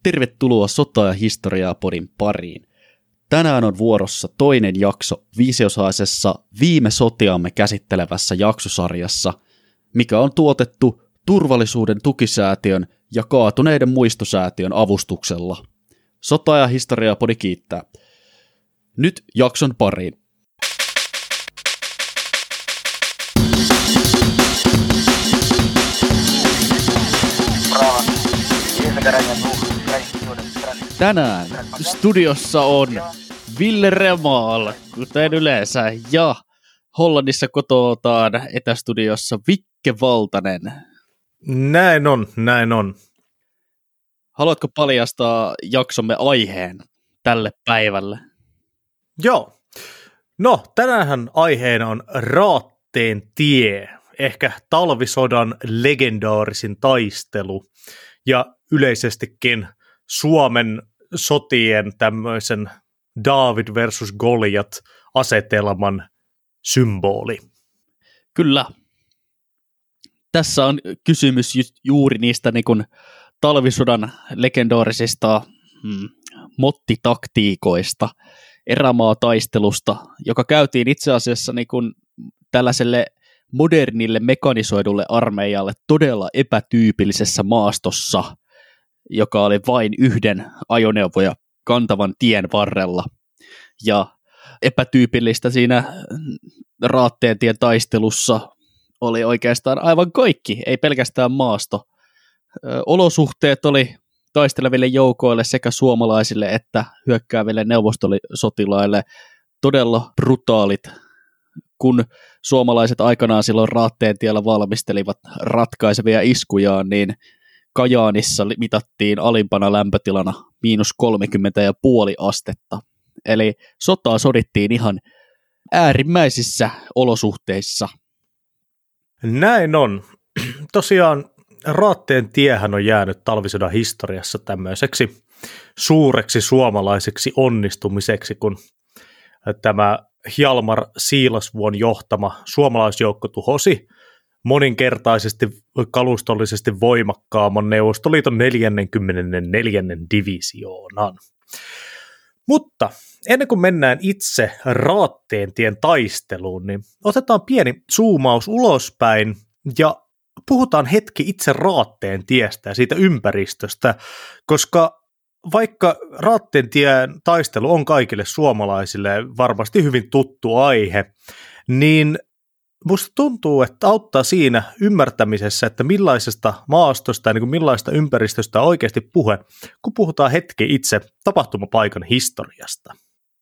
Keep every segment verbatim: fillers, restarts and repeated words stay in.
Tervetuloa Sota- ja historiaa-podin pariin. Tänään on vuorossa toinen jakso viisiosaisessa Viime sotiamme käsittelevässä jaksosarjassa, mikä on tuotettu Turvallisuuden tukisäätiön ja Kaatuneiden muistosäätiön avustuksella. Sota- ja historiaa-podi kiittää. Nyt jakson pariin. Tänään studiossa on Ville Remaal, kuten yleensä, ja Hollannissa kototaan etästudiossa Vikke Valtanen. Näin on, näin on. Haluatko paljastaa jaksomme aiheen tälle päivälle? Joo. No, tänäänhän aiheena on Raatteen tie, ehkä talvisodan legendaarisin taistelu, ja yleisestikin Suomen sotien tämmöisen David versus Goliat asetelman symboli. Kyllä. Tässä on kysymys ju- juuri niistä niin kuin talvisodan legendaarisista hmm, mottitaktiikoista, erämaataistelusta, joka käytiin itse asiassa niin kuin tällaiselle modernille mekanisoidulle armeijalle todella epätyypillisessä maastossa, joka oli vain yhden ajoneuvoja kantavan tien varrella. Ja epätyypillistä siinä Raatteentien taistelussa oli oikeastaan aivan kaikki, ei pelkästään maasto. Ö, olosuhteet oli taisteleville joukoille sekä suomalaisille että hyökkääville neuvostosotilaille todella brutaalit, kun suomalaiset aikanaan silloin Raatteentiellä valmistelivat ratkaisevia iskujaan, niin Kajaanissa mitattiin alimpana lämpötilana miinus kolmekymmentä ja puoli astetta. Eli sotaa sodittiin ihan äärimmäisissä olosuhteissa. Näin on. Tosiaan Raatteen tiehän on jäänyt talvisodan historiassa tämmöiseksi suureksi suomalaiseksi onnistumiseksi, kun tämä Hjalmar Siilasvuon johtama suomalaisjoukko tuhosi moninkertaisesti kalustollisesti voimakkaamman Neuvostoliiton neljäskymmenesneljäs divisioonan. Mutta ennen kuin mennään itse Raatteentien taisteluun, niin otetaan pieni zoomaus ulospäin ja puhutaan hetki itse Raatteentiestä ja siitä ympäristöstä, koska vaikka Raatteentien taistelu on kaikille suomalaisille varmasti hyvin tuttu aihe, niin musta tuntuu, että auttaa siinä ymmärtämisessä, että millaisesta maastosta ja niin kuin millaista ympäristöstä on oikeasti puhe, kun puhutaan hetki itse tapahtumapaikan historiasta.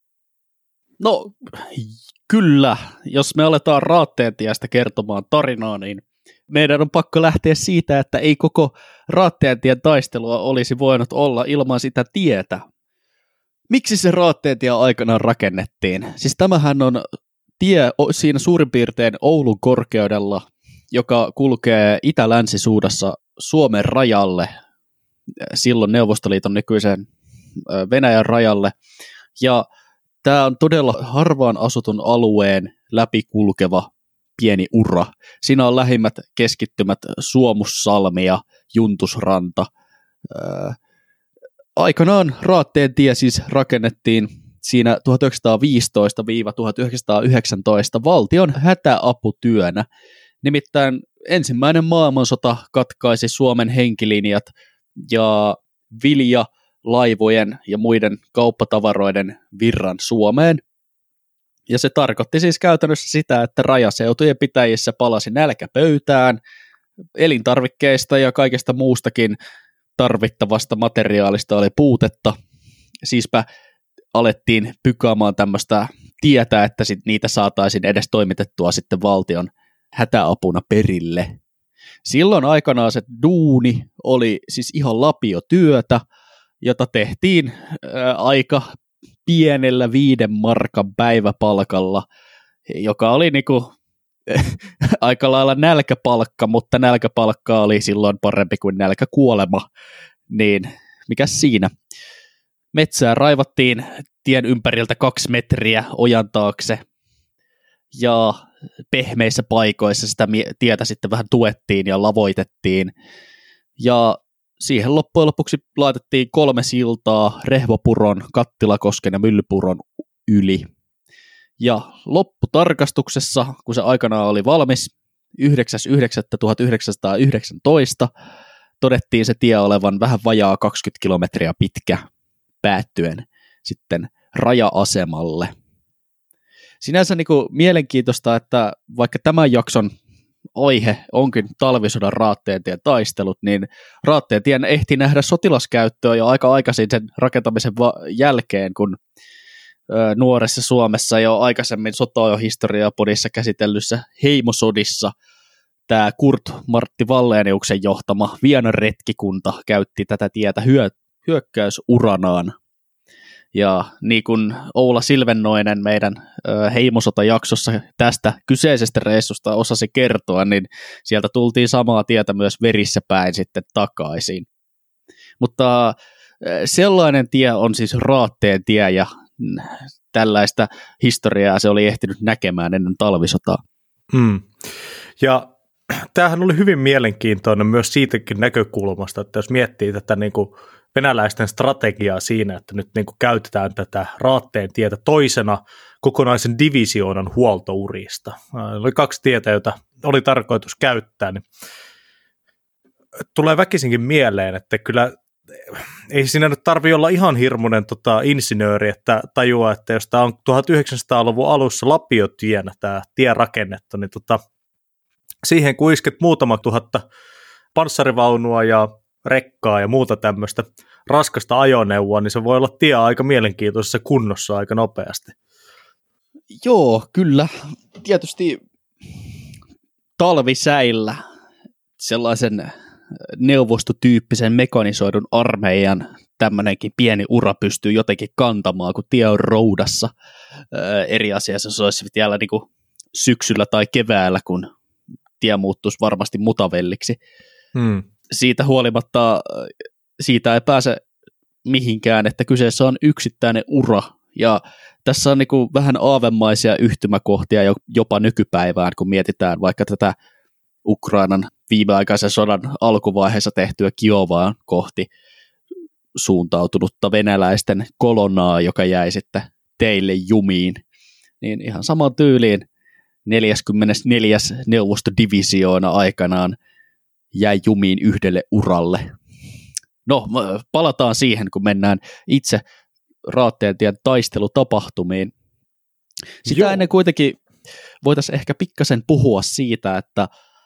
No kyllä, jos me aletaan Raatteentiestä kertomaan tarinaa, niin meidän on pakko lähteä siitä, että ei koko Raatteentien taistelua olisi voinut olla ilman sitä tietä. Miksi se Raatteentien aikanaan rakennettiin? Siis tämähän on tie siinä suurin piirtein Oulun korkeudella, joka kulkee itä-länsisuudassa Suomen rajalle, silloin Neuvostoliiton nykyisen Venäjän rajalle. Ja tämä on todella harvaan asutun alueen läpikulkeva pieni ura. Siinä on lähimmät keskittymät Suomussalmi ja Juntusranta. Ää, aikanaan Raatteentien siis rakennettiin siinä tuhatyhdeksänsataaviisitoista tuhatyhdeksänsataayhdeksäntoista valtion hätäaputyönä. Nimittäin ensimmäinen maailmansota katkaisi Suomen henkilinjat ja vilja, laivojen ja muiden kauppatavaroiden virran Suomeen. Ja se tarkoitti siis käytännössä sitä, että rajaseutujen pitäjissä palasi nälkä pöytään, elintarvikkeista ja kaikesta muustakin tarvittavasta materiaalista oli puutetta. Siispä alettiin pykaamaan tämmöistä tietä, että sit niitä saataisiin edes toimitettua sitten valtion hätäapuna perille. Silloin aikanaan se duuni oli siis ihan lapiotyötä, jota tehtiin ää, aika pienellä viiden markan päiväpalkalla, joka oli niinku aika lailla nälkäpalkka, mutta nälkäpalkka oli silloin parempi kuin nälkäkuolema, niin mikäs siinä? Metsää raivattiin tien ympäriltä kaksi metriä ojan taakse, ja pehmeissä paikoissa sitä tietä sitten vähän tuettiin ja lavoitettiin. Ja siihen loppujen lopuksi laitettiin kolme siltaa Rehvopuron, Kattilakosken ja Myllypuron yli. Ja lopputarkastuksessa, kun se aikanaan oli valmis, yhdeksäs yhdeksättä tuhatyhdeksänsataayhdeksäntoista, todettiin se tie olevan vähän vajaa kaksikymmentä kilometriä pitkä päättyen sitten raja-asemalle. Sinänsä niin kuin mielenkiintoista, että vaikka tämän jakson aihe onkin talvisodan Raatteentien taistelut, niin Raatteentien ehti nähdä sotilaskäyttöä jo aika aikaisin sen rakentamisen va- jälkeen, kun ö, nuoressa Suomessa jo aikaisemmin sotajohistoriapodissa käsitellyssä heimosodissa tämä Kurt Martti Walleniuksen johtama Vienan retkikunta käytti tätä tietä hyö- hyökkäysuranaan. Ja niin kuin Oula Silvennoinen meidän ö, heimosotajaksossa tästä kyseisestä reissusta osasi kertoa, niin sieltä tultiin samaa tietä myös verissä päin sitten takaisin. Mutta sellainen tie on siis Raatteen tie, ja tällaista historiaa se oli ehtinyt näkemään ennen talvisotaa. Mm. Ja tämähän oli hyvin mielenkiintoinen myös siitäkin näkökulmasta, että jos miettii tätä niin kuin venäläisten strategiaa siinä, että nyt niin kuin käytetään tätä Raatteen tietä toisena kokonaisen divisioonan huoltourista. Oli kaksi tietä, joita oli tarkoitus käyttää, niin tulee väkisinkin mieleen, että kyllä ei siinä nyt tarvitse olla ihan hirmuinen tota, insinööri, että tajua, että jos tämä on tuhatyhdeksänsataaluvun alussa lapiotienä tämä tie rakennettu, niin tota, siihen kun isket muutama tuhatta panssarivaunua ja rekkaa ja muuta tämmöistä raskasta ajoneuvoa, niin se voi olla tie aika mielenkiintoisessa kunnossa aika nopeasti. Joo, kyllä. Tietysti talvisäillä sellaisen neuvostotyyppisen mekanisoidun armeijan tämmöinenkin pieni ura pystyy jotenkin kantamaan, kun tie on roudassa. Öö, eri asiassa se olisi vielä niin kuin syksyllä tai keväällä, kun tie muuttuisi varmasti mutavelliksi. Hmm. Siitä huolimatta siitä ei pääse mihinkään, että kyseessä on yksittäinen ura, ja tässä on niin kuin vähän aavemaisia yhtymäkohtia jopa nykypäivään, kun mietitään vaikka tätä Ukrainan viimeaikaisen sodan alkuvaiheessa tehtyä Kiovaan kohti suuntautunutta venäläisten kolonnaa, joka jäi sitten teille jumiin, niin ihan samaan tyyliin neljäskymmenesneljäs neuvostodivisioona aikanaan jäi jumiin yhdelle uralle. No, palataan siihen, kun mennään itse Raatteentien taistelutapahtumiin. Sitä Joo. ennen kuitenkin voitaisiin ehkä pikkasen puhua siitä, että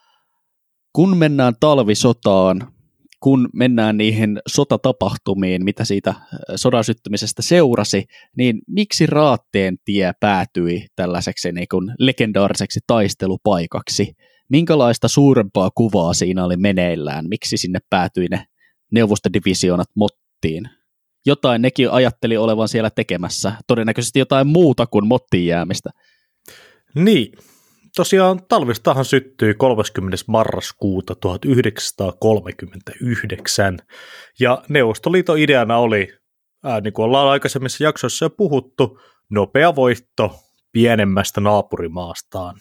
kun mennään talvisotaan, kun mennään niihin sotatapahtumiin, mitä siitä sodan syttymisestä seurasi, niin miksi Raatteentien päätyi tällaiseksi niin kuin legendaariseksi taistelupaikaksi? Minkälaista suurempaa kuvaa siinä oli meneillään? Miksi sinne päätyi ne neuvostodivisioonat mottiin? Jotain nekin ajatteli olevan siellä tekemässä. Todennäköisesti jotain muuta kuin mottiin jäämistä. Niin. Tosiaan talvistahan syttyi kolmaskymmenes marraskuuta tuhatyhdeksänsataakolmekymmentäyhdeksän, ja Neuvostoliiton ideana oli, ää, niin kuin ollaan aikaisemmissa jaksoissa jo puhuttu, nopea voitto pienemmästä naapurimaastaan.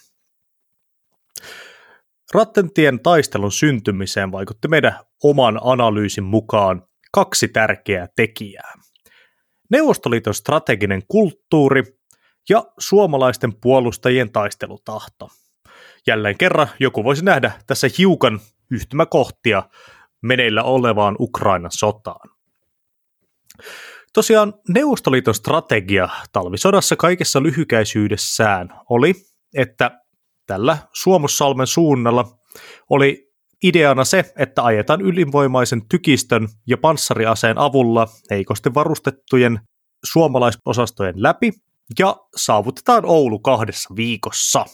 Raatteentien taistelun syntymiseen vaikutti meidän oman analyysin mukaan kaksi tärkeää tekijää. Neuvostoliiton strateginen kulttuuri ja suomalaisten puolustajien taistelutahto. Jälleen kerran joku voisi nähdä tässä hiukan yhtymäkohtia meneillä olevaan Ukrainan sotaan. Tosiaan Neuvostoliiton strategia talvisodassa kaikessa lyhykäisyydessään oli, että tällä Suomussalmen suunnalla oli ideana se, että ajetaan ylivoimaisen tykistön ja panssariaseen avulla heikosti varustettujen suomalaisosastojen läpi ja saavutetaan Oulu kahdessa viikossa.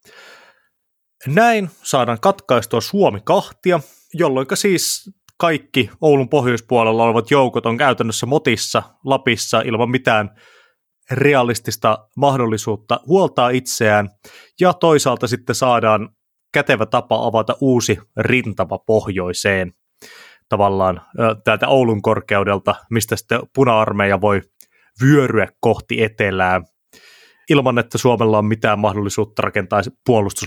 Näin saadaan katkaistua Suomi kahtia, jolloin siis kaikki Oulun pohjoispuolella olevat joukot on käytännössä motissa Lapissa ilman mitään realistista mahdollisuutta huoltaa itseään, ja toisaalta sitten saadaan kätevä tapa avata uusi rintama pohjoiseen, tavallaan täältä Oulun korkeudelta, mistä sitten puna-armeija voi vyöryä kohti etelää, ilman että Suomella on mitään mahdollisuutta rakentaa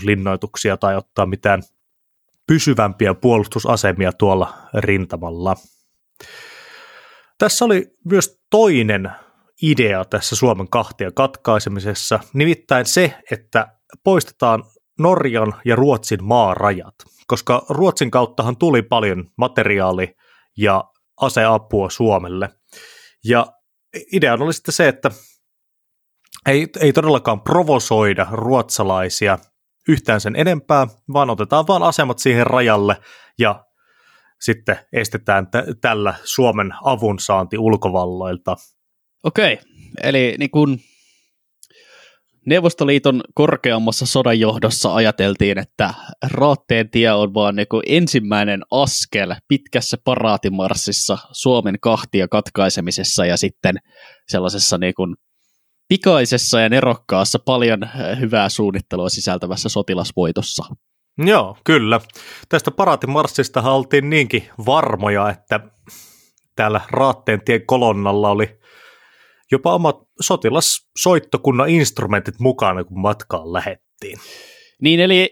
puolustuslinnoituksia tai ottaa mitään pysyvämpiä puolustusasemia tuolla rintamalla. Tässä oli myös toinen idea tässä Suomen kahtia katkaisemisessa, nimittäin se, että poistetaan Norjan ja Ruotsin maarajat, koska Ruotsin kauttahan tuli paljon materiaali- ja aseapua Suomelle. Ja idea oli sitten se, että ei, ei todellakaan provosoida ruotsalaisia yhtään sen enempää, vaan otetaan vaan asemat siihen rajalle ja sitten estetään t- tällä Suomen avunsaanti ulkovalloilta. Okei, eli niin kun Neuvostoliiton korkeammassa sodanjohdossa ajateltiin, että Raatteen tie on vaan niin kun ensimmäinen askel pitkässä paraatimarssissa Suomen kahtia katkaisemisessa ja sitten sellaisessa niin kun pikaisessa ja nerokkaassa paljon hyvää suunnittelua sisältävässä sotilasvoitossa. Joo, kyllä. Tästä paraatimarssista oltiin niinkin varmoja, että täällä Raatteen tien kolonnalla oli jopa omat sotilassoittokunnan instrumentit mukana, kun matkaan lähettiin. Niin, eli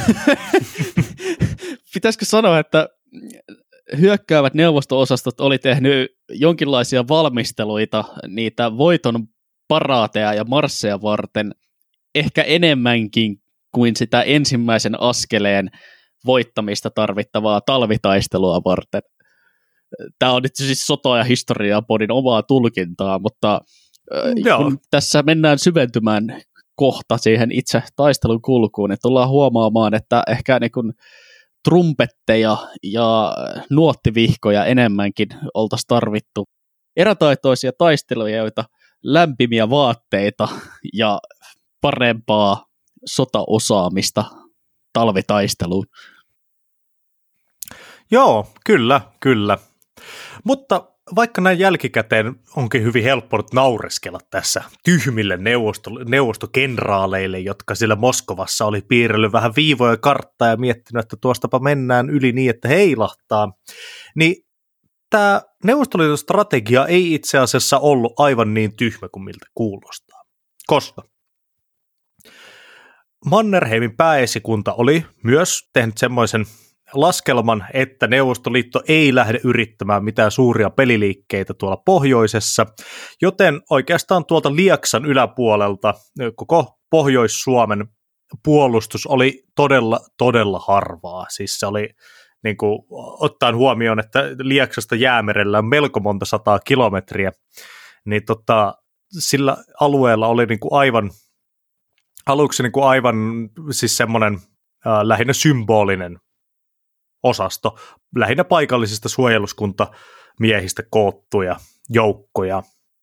pitäisikö sanoa, että hyökkäävät neuvosto-osastot oli tehnyt jonkinlaisia valmisteluita niitä voiton paraateja ja marsseja varten ehkä enemmänkin kuin sitä ensimmäisen askeleen voittamista tarvittavaa talvitaistelua varten. Tämä on nyt siis sota- ja historiapodin omaa tulkintaa, mutta kun tässä mennään syventymään kohta siihen itse taistelun kulkuun, niin tullaan huomaamaan, että ehkä niin kuin trumpetteja ja nuottivihkoja enemmänkin oltaisiin tarvittu erätaitoisia taistelijoita, lämpimiä vaatteita ja parempaa sotaosaamista talvitaisteluun. Joo, kyllä, kyllä. Mutta vaikka näin jälkikäteen onkin hyvin helppo nyt naureskella tässä tyhmille neuvosto, neuvostokenraaleille, jotka siellä Moskovassa oli piirrellyt vähän viivoja karttaa ja miettinyt, että tuostapa mennään yli niin, että heilahtaa, niin tämä Neuvostoliiton strategia ei itse asiassa ollut aivan niin tyhmä kuin miltä kuulostaa, koska Mannerheimin pääesikunta oli myös tehnyt semmoisen laskelman, että Neuvostoliitto ei lähde yrittämään mitään suuria peliliikkeitä tuolla pohjoisessa, joten oikeastaan tuolta Lieksan yläpuolelta koko Pohjois-Suomen puolustus oli todella, todella harvaa. Siis se oli niin kuin, ottaen huomioon, että Lieksasta Jäämerellä on melko monta sataa kilometriä, niin tota, sillä alueella oli niin kuin aivan, aluksi niin kuin aivan siis semmoinen äh, lähinnä symbolinen osasto, lähinnä paikallisista suojeluskuntamiehistä koottuja joukkoja.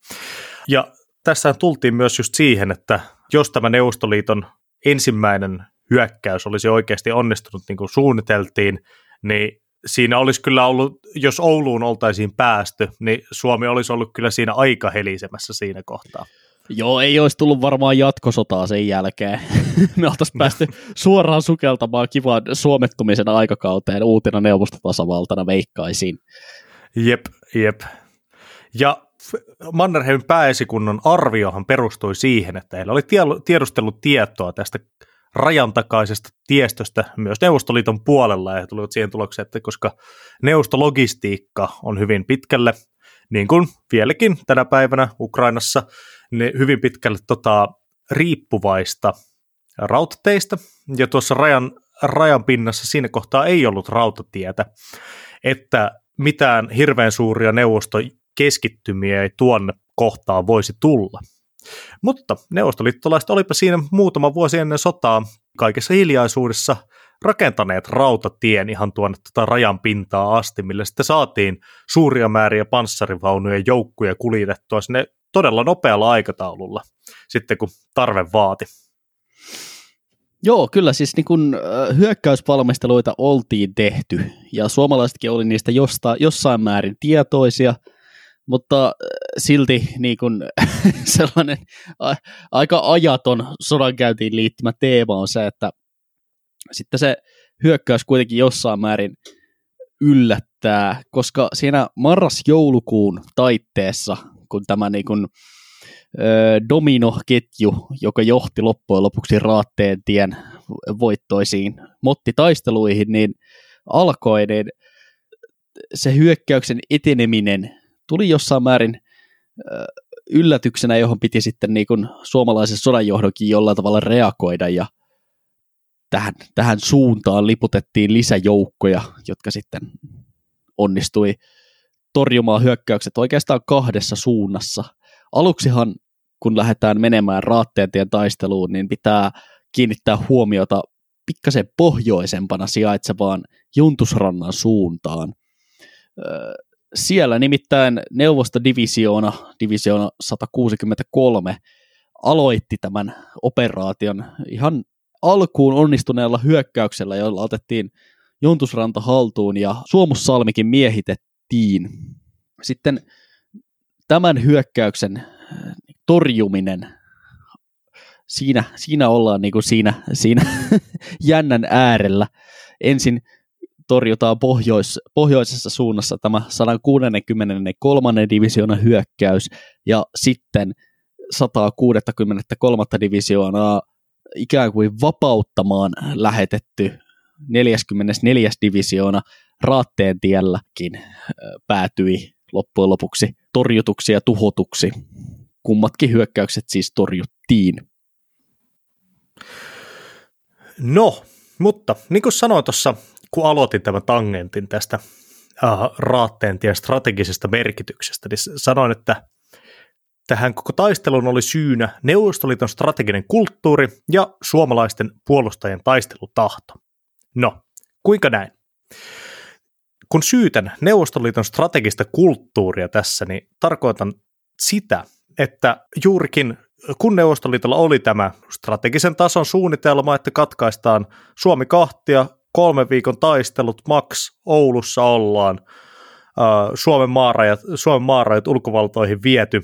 Ja tässä tultiin myös just siihen, että jos tämä Neuvostoliiton ensimmäinen hyökkäys olisi oikeasti onnistunut niin kuin suunniteltiin, niin siinä olisi kyllä ollut, jos Ouluun oltaisiin päästy, niin Suomi olisi ollut kyllä siinä aika helisemässä siinä kohtaa. Joo, ei olisi tullut varmaan jatkosotaa sen jälkeen. Me oltaisiin päästy suoraan sukeltamaan kivaan suomettumisen aikakauteen uutena neuvostotasavaltana, veikkaisin. Jep, jep. Ja Mannerheimin pääesikunnan arviohan perustui siihen, että heillä oli tiedustellut tietoa tästä rajan takaisesta tiestöstä myös Neuvostoliiton puolella, ja he tulivat siihen tulokseen, että koska neuvostologistiikka on hyvin pitkälle, niin kuin vieläkin tänä päivänä Ukrainassa, niin hyvin pitkälle tota, riippuvaista rautateistä, ja tuossa rajan, rajan pinnassa siinä kohtaa ei ollut rautatietä, että mitään hirveän suuria neuvostokeskittymiä ei tuonne kohtaan voisi tulla. Mutta neuvostoliittolaiset olipa siinä muutama vuosi ennen sotaa kaikessa hiljaisuudessa rakentaneet rautatien ihan tuonne tuota rajan pintaa asti, millä sitten saatiin suuria määriä panssarivaunuja ja joukkuja kuljetettua sinne todella nopealla aikataululla, sitten kun tarve vaati. Joo, kyllä siis niin kun, äh, hyökkäysvalmisteluita oltiin tehty, ja suomalaisetkin oli niistä josta, jossain määrin tietoisia, mutta äh, silti niin kun, sellainen a, aika ajaton sodankäyntiin liittymä teema on se, että sitten se hyökkäys kuitenkin jossain määrin yllättää, koska siinä marras-joulukuun taitteessa, kun tämä niin kun, ö, dominoketju, joka johti loppujen lopuksi Raatteen tien voittoisiin mottitaisteluihin, niin alkoi, niin se hyökkäyksen eteneminen tuli jossain määrin yllätyksenä, johon piti sitten niin kuin suomalaisen sodanjohdonkin jollain tavalla reagoida, ja tähän, tähän suuntaan liputettiin lisäjoukkoja, jotka sitten onnistui torjumaan hyökkäykset oikeastaan kahdessa suunnassa. Aluksihan, kun lähdetään menemään Raatteentien taisteluun, niin pitää kiinnittää huomiota pikkasen pohjoisempana sijaitsevaan Juntusrannan suuntaan. Siellä nimittäin neuvostodivisioona, divisioona sata kuusikymmentäkolme, aloitti tämän operaation ihan alkuun onnistuneella hyökkäyksellä, jolla otettiin Juntusranta haltuun ja Suomussalmikin miehitettiin. Sitten tämän hyökkäyksen torjuminen, siinä, siinä ollaan niin kuin siinä, siinä jännän äärellä. Ensin torjutaan pohjois, pohjoisessa suunnassa tämä sata kuusikymmentäkolme divisioonan hyökkäys, ja sitten sata kuusikymmentäkolme divisioonaa ikään kuin vapauttamaan lähetetty neljäskymmenesneljäs divisioona Raatteentielläkin päätyi loppujen lopuksi torjutuksi ja tuhotuksi. Kummatkin hyökkäykset siis torjuttiin. No, mutta niin kuin sanoin tuossa, kun aloitin tämän tangentin tästä äh, Raatteentien strategisesta merkityksestä, niin sanoin, että tähän koko taisteluun oli syynä Neuvostoliiton strateginen kulttuuri ja suomalaisten puolustajien taistelutahto. No, kuinka näin? Kun syytän Neuvostoliiton strategista kulttuuria tässä, niin tarkoitan sitä, että juurikin kun Neuvostoliitolla oli tämä strategisen tason suunnitelma, että katkaistaan Suomi kahtia, kolmen viikon taistelut, maks Oulussa ollaan, Suomen maarajat, Suomen maarajat ulkovaltoihin viety,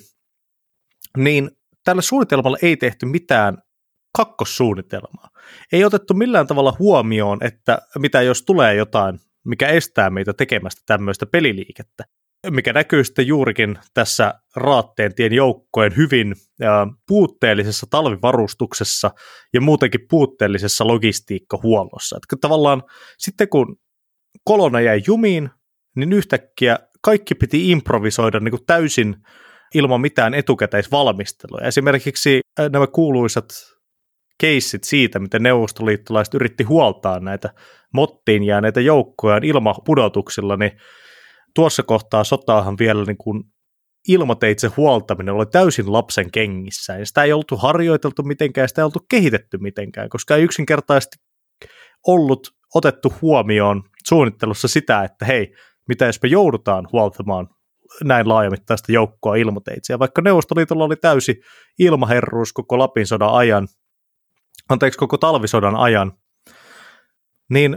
niin tällä suunnitelmalla ei tehty mitään kakkossuunnitelmaa. Ei otettu millään tavalla huomioon, että mitä jos tulee jotain, mikä estää meitä tekemästä tämmöistä peliliikettä, mikä näkyy sitten juurikin tässä Raatteentien joukkojen hyvin ää, puutteellisessa talvivarustuksessa ja muutenkin puutteellisessa logistiikkahuollossa. Että tavallaan sitten kun kolona jäi jumiin, niin yhtäkkiä kaikki piti improvisoida niin kuin täysin ilman mitään etukäteisvalmistelua. Esimerkiksi nämä kuuluisat keissit siitä, miten neuvostoliittolaiset yritti huoltaa näitä mottiin jääneitä joukkojaan ilmapudotuksilla, niin tuossa kohtaa sotaahan vielä niin kuin ilmateitse huoltaminen oli täysin lapsen kengissä. Ja sitä ei oltu harjoiteltu mitenkään, sitä ei oltu kehitetty mitenkään, koska ei yksinkertaisesti ollut otettu huomioon suunnittelussa sitä, että hei, mitä jos me joudutaan huoltamaan näin laajamittaista joukkoa ilmateitse. Ja vaikka Neuvostoliitolla oli täysi ilmaherruus koko Lapin sodan ajan, anteeksi koko talvisodan ajan, niin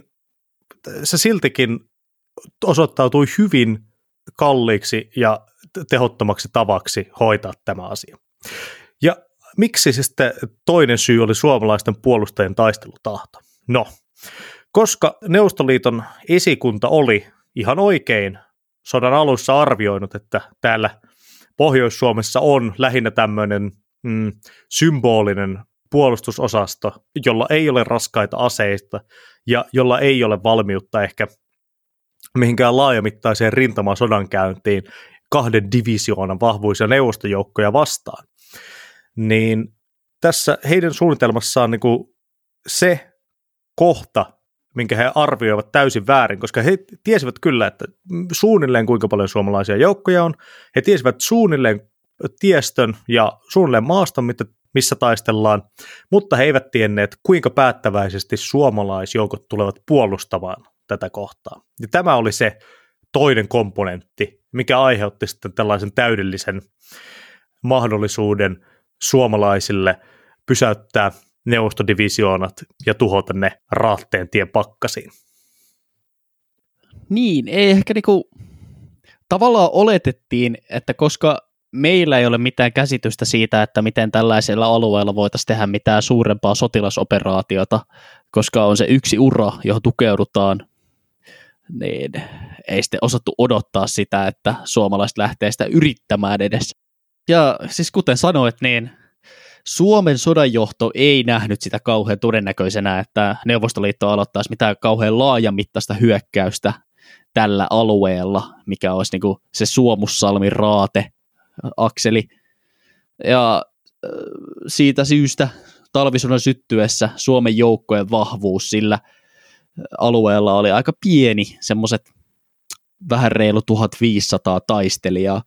se siltikin osoittautui hyvin kalliiksi ja tehottomaksi tavaksi hoitaa tämä asia. Ja miksi se sitten toinen syy oli suomalaisten puolustajien taistelutahto? No, koska Neuvostoliiton esikunta oli ihan oikein sodan alussa arvioinut, että täällä Pohjois-Suomessa on lähinnä tämmöinen mm, symbolinen puolustusosasto, jolla ei ole raskaita aseita ja jolla ei ole valmiutta ehkä mihinkään laajamittaiseen rintamasodankäyntiin kahden divisioonan vahvuisia neuvostojoukkoja vastaan, niin tässä heidän suunnitelmassaan niin kuin se kohta, minkä he arvioivat täysin väärin, koska he tiesivät kyllä, että suunnilleen kuinka paljon suomalaisia joukkoja on, he tiesivät suunnilleen tiestön ja suunnilleen maaston, missä taistellaan, mutta he eivät tienneet, kuinka päättäväisesti suomalaisjoukot tulevat puolustamaan tätä kohtaa. Ja tämä oli se toinen komponentti, mikä aiheutti sitten tällaisen täydellisen mahdollisuuden suomalaisille pysäyttää neuvostodivisioonat ja tuhota ne Raatteentien pakkasiin. Niin, ei ehkä niinku, tavallaan oletettiin, että koska meillä ei ole mitään käsitystä siitä, että miten tällaisella alueella voitaisiin tehdä mitään suurempaa sotilasoperaatiota, koska on se yksi ura, johon tukeudutaan, niin ei sitten osattu odottaa sitä, että suomalaiset lähtee sitä yrittämään edes. Ja siis kuten sanoit, niin Suomen sodanjohto ei nähnyt sitä kauhean todennäköisenä, että Neuvostoliitto aloittaisi mitään kauhean laajamittaista hyökkäystä tällä alueella, mikä olisi niin kuin se Suomussalmin raate-akseli. Ja siitä syystä talvisodan syttyessä Suomen joukkojen vahvuus sillä alueella oli aika pieni, semmoiset vähän reilu tuhatviisisataa taistelijaa.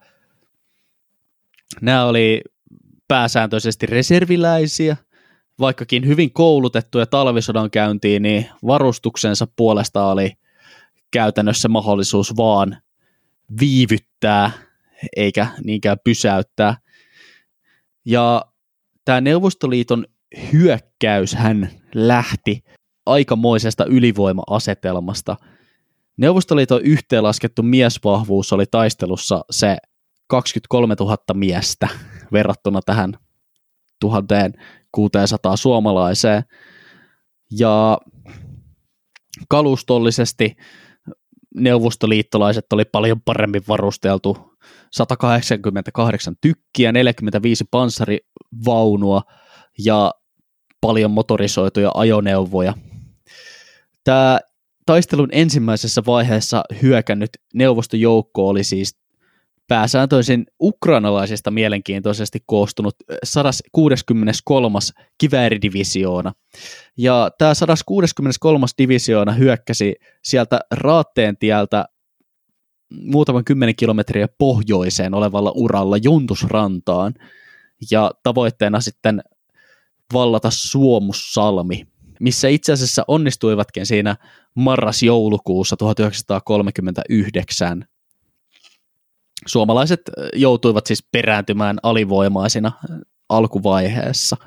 Nämä oli pääsääntöisesti reserviläisiä, vaikkakin hyvin koulutettuja talvisodan käyntiin, niin varustuksensa puolesta oli käytännössä mahdollisuus vaan viivyttää, eikä niinkään pysäyttää. Ja tämä Neuvostoliiton hyökkäys hän lähti aikamoisesta ylivoima-asetelmasta. Neuvostoliiton yhteenlaskettu miesvahvuus oli taistelussa se kaksikymmentäkolmetuhatta miestä verrattuna tähän tuhatkuusisataa suomalaiseen. Ja kalustollisesti neuvostoliittolaiset oli paljon paremmin varusteltu. sata kahdeksankymmentäkahdeksan tykkiä, neljäkymmentäviisi panssarivaunua ja paljon motorisoituja ajoneuvoja. Tämä taistelun ensimmäisessä vaiheessa hyökännyt neuvostojoukko oli siis pääsääntöisin ukrainalaisista mielenkiintoisesti koostunut sata kuusikymmentäkolmas kivääridivisioona. Ja tämä sata kuusikymmentäkolmas divisioona hyökkäsi sieltä Raatteentieltä muutaman kymmenen kilometriä pohjoiseen olevalla uralla Juntusrantaan. Ja tavoitteena sitten vallata Suomussalmi, missä itse asiassa onnistuivatkin siinä marras-joulukuussa tuhatyhdeksänsataakolmekymmentäyhdeksän. Suomalaiset joutuivat siis perääntymään alivoimaisina alkuvaiheessa.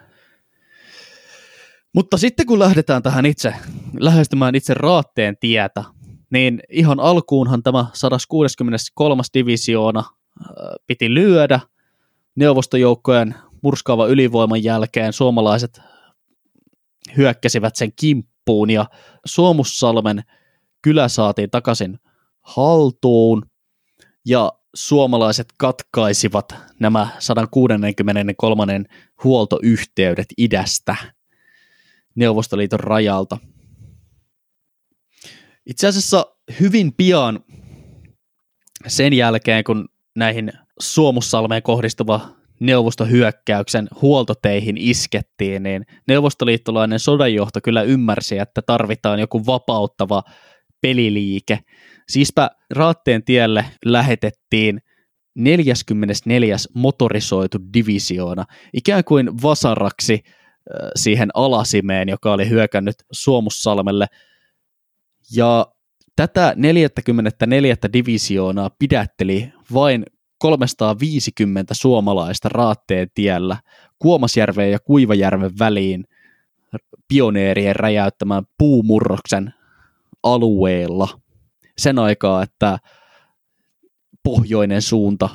Mutta sitten kun lähdetään tähän itse, lähestymään itse Raatteen tietä, niin ihan alkuunhan tämä sata kuusikymmentäkolmas divisioona piti lyödä. Neuvostojoukkojen murskaavan ylivoiman jälkeen suomalaiset hyökkäsivät sen kimppuun ja Suomussalmen kylä saatiin takaisin haltuun ja suomalaiset katkaisivat nämä sata kuusikymmentäkolme huoltoyhteydet idästä Neuvostoliiton rajalta. Itse asiassa hyvin pian sen jälkeen, kun näihin Suomussalmeen kohdistuva neuvostohyökkäyksen huoltoteihin iskettiin, niin neuvostoliittolainen sodanjohto kyllä ymmärsi, että tarvitaan joku vapauttava peliliike. Siispä Raatteen tielle lähetettiin neljäskymmenesneljäs motorisoitu divisioona, ikään kuin vasaraksi siihen Alasimeen, joka oli hyökännyt Suomussalmelle. Ja tätä neljäskymmenesneljäs divisioonaa pidätteli vain kolmesataaviisikymmentä suomalaista Raatteen tiellä Kuomasjärven ja Kuivajärven väliin pioneerien räjäyttämään puumurroksen alueella. Sen aikaa, että pohjoinen suunta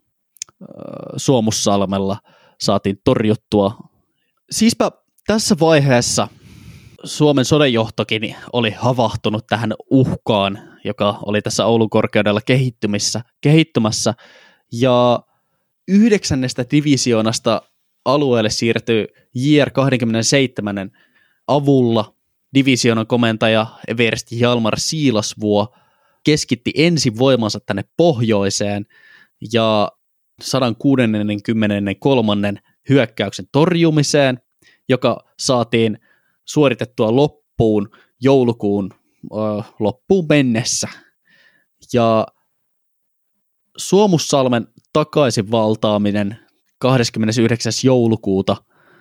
Suomussalmella saatiin torjuttua. Siispä tässä vaiheessa Suomen sodanjohtokin oli havahtunut tähän uhkaan, joka oli tässä Oulun korkeudella kehittymissä, kehittymässä, ja yhdeksännestä divisioonasta alueelle siirtyi J R kaksikymmentäseitsemän avulla divisioonan komentaja Everst Hjalmar Siilasvuo keskitti ensin voimansa tänne pohjoiseen ja sata kuusikymmentäkolme hyökkäyksen torjumiseen, joka saatiin suoritettua loppuun joulukuun äh, loppuun mennessä. Ja Suomussalmen takaisin valtaaminen kahdeskymmenesyhdeksäs joulukuuta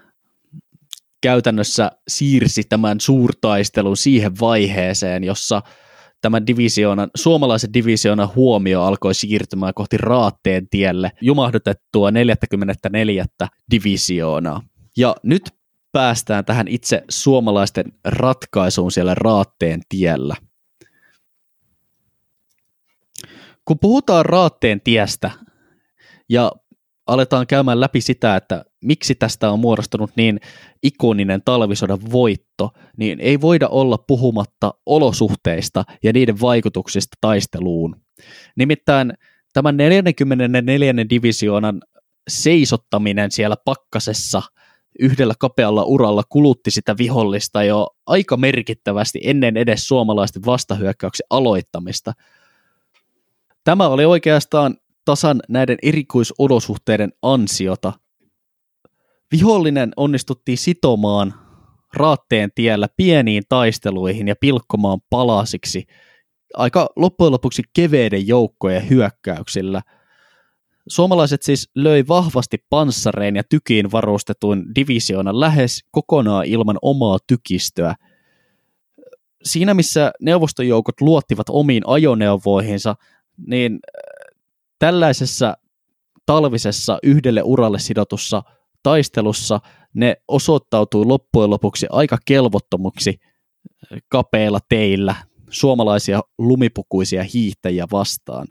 käytännössä siirsi tämän suurtaistelun siihen vaiheeseen, jossa tämän divisioonan, suomalaisen divisioonan huomio alkoi siirtymään kohti Raatteen tielle jumahdutettua neljäskymmenesneljäs divisioonaa. Ja nyt päästään tähän itse suomalaisten ratkaisuun siellä Raatteen tiellä. Kun puhutaan Raatteen tiestä ja aletaan käymään läpi sitä, että miksi tästä on muodostunut niin ikoninen talvisodan voitto, niin ei voida olla puhumatta olosuhteista ja niiden vaikutuksista taisteluun. Nimittäin tämän neljäskymmenesneljäs divisioonan seisottaminen siellä pakkasessa yhdellä kapealla uralla kulutti sitä vihollista jo aika merkittävästi ennen edes suomalaisten vastahyökkäyksen aloittamista. tämä oli oikeastaan tasan näiden erikoisolosuhteiden ansiota. Vihollinen onnistuttiin sitomaan Raatteen tiellä pieniin taisteluihin ja pilkkomaan palasiksi aika loppujen lopuksi keveiden joukkojen hyökkäyksillä. Suomalaiset siis löi vahvasti panssarein ja tykiin varustetuin divisioonan lähes kokonaan ilman omaa tykistöä. Siinä missä neuvostojoukot luottivat omiin ajoneuvoihinsa, niin tällaisessa talvisessa yhdelle uralle sidotussa taistelussa ne osoittautui loppujen lopuksi aika kelvottomuksi kapeilla teillä suomalaisia lumipukuisia hiihtäjiä vastaan.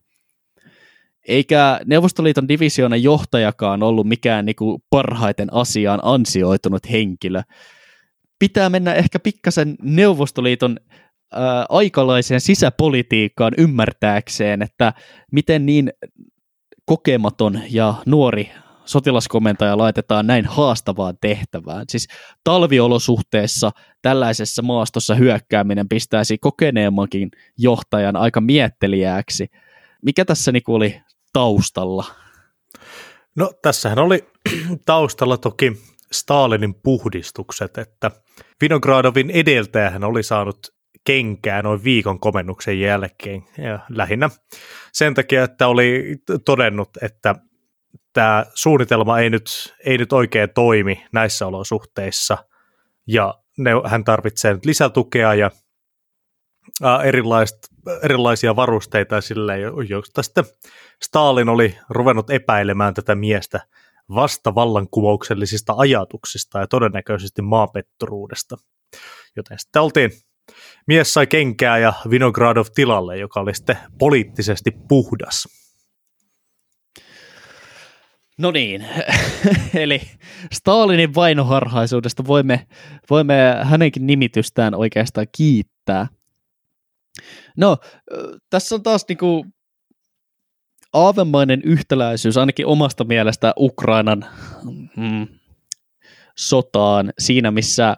Eikä Neuvostoliiton divisioonan johtajakaan ollut mikään niinku parhaiten asiaan ansioitunut henkilö. Pitää mennä ehkä pikkasen Neuvostoliiton ää, aikalaiseen sisäpolitiikkaan ymmärtääkseen, että miten niin kokematon ja nuori sotilaskomentaja laitetaan näin haastavaan tehtävään. Siis talviolosuhteessa tällaisessa maastossa hyökkääminen pistäisi kokeneemmankin johtajan aika miettelijääksi. Mikä tässä niinku oli taustalla? No tässähän oli taustalla toki Stalinin puhdistukset, että Vinogradovin edeltäjähän oli saanut kenkää noin viikon komennuksen jälkeen, ja lähinnä sen takia, että oli todennut, että tämä suunnitelma ei nyt, ei nyt oikein toimi näissä olosuhteissa, ja ne, hän tarvitsee nyt lisätukea ja ää, erilaisia varusteita silleen, josta sitten Stalin oli ruvennut epäilemään tätä miestä vasta vallankumouksellisista ajatuksista ja todennäköisesti maapetturuudesta. Joten sitten oltiin, mies sai kenkää ja Vinogradov tilalle, joka oli sitten poliittisesti puhdas. No niin, eli Stalinin vainoharhaisuudesta voimme, voimme hänenkin nimitystään oikeastaan kiittää. No, tässä on taas niinku aavemainen yhtäläisyys ainakin omasta mielestä Ukrainan mm, sotaan siinä, missä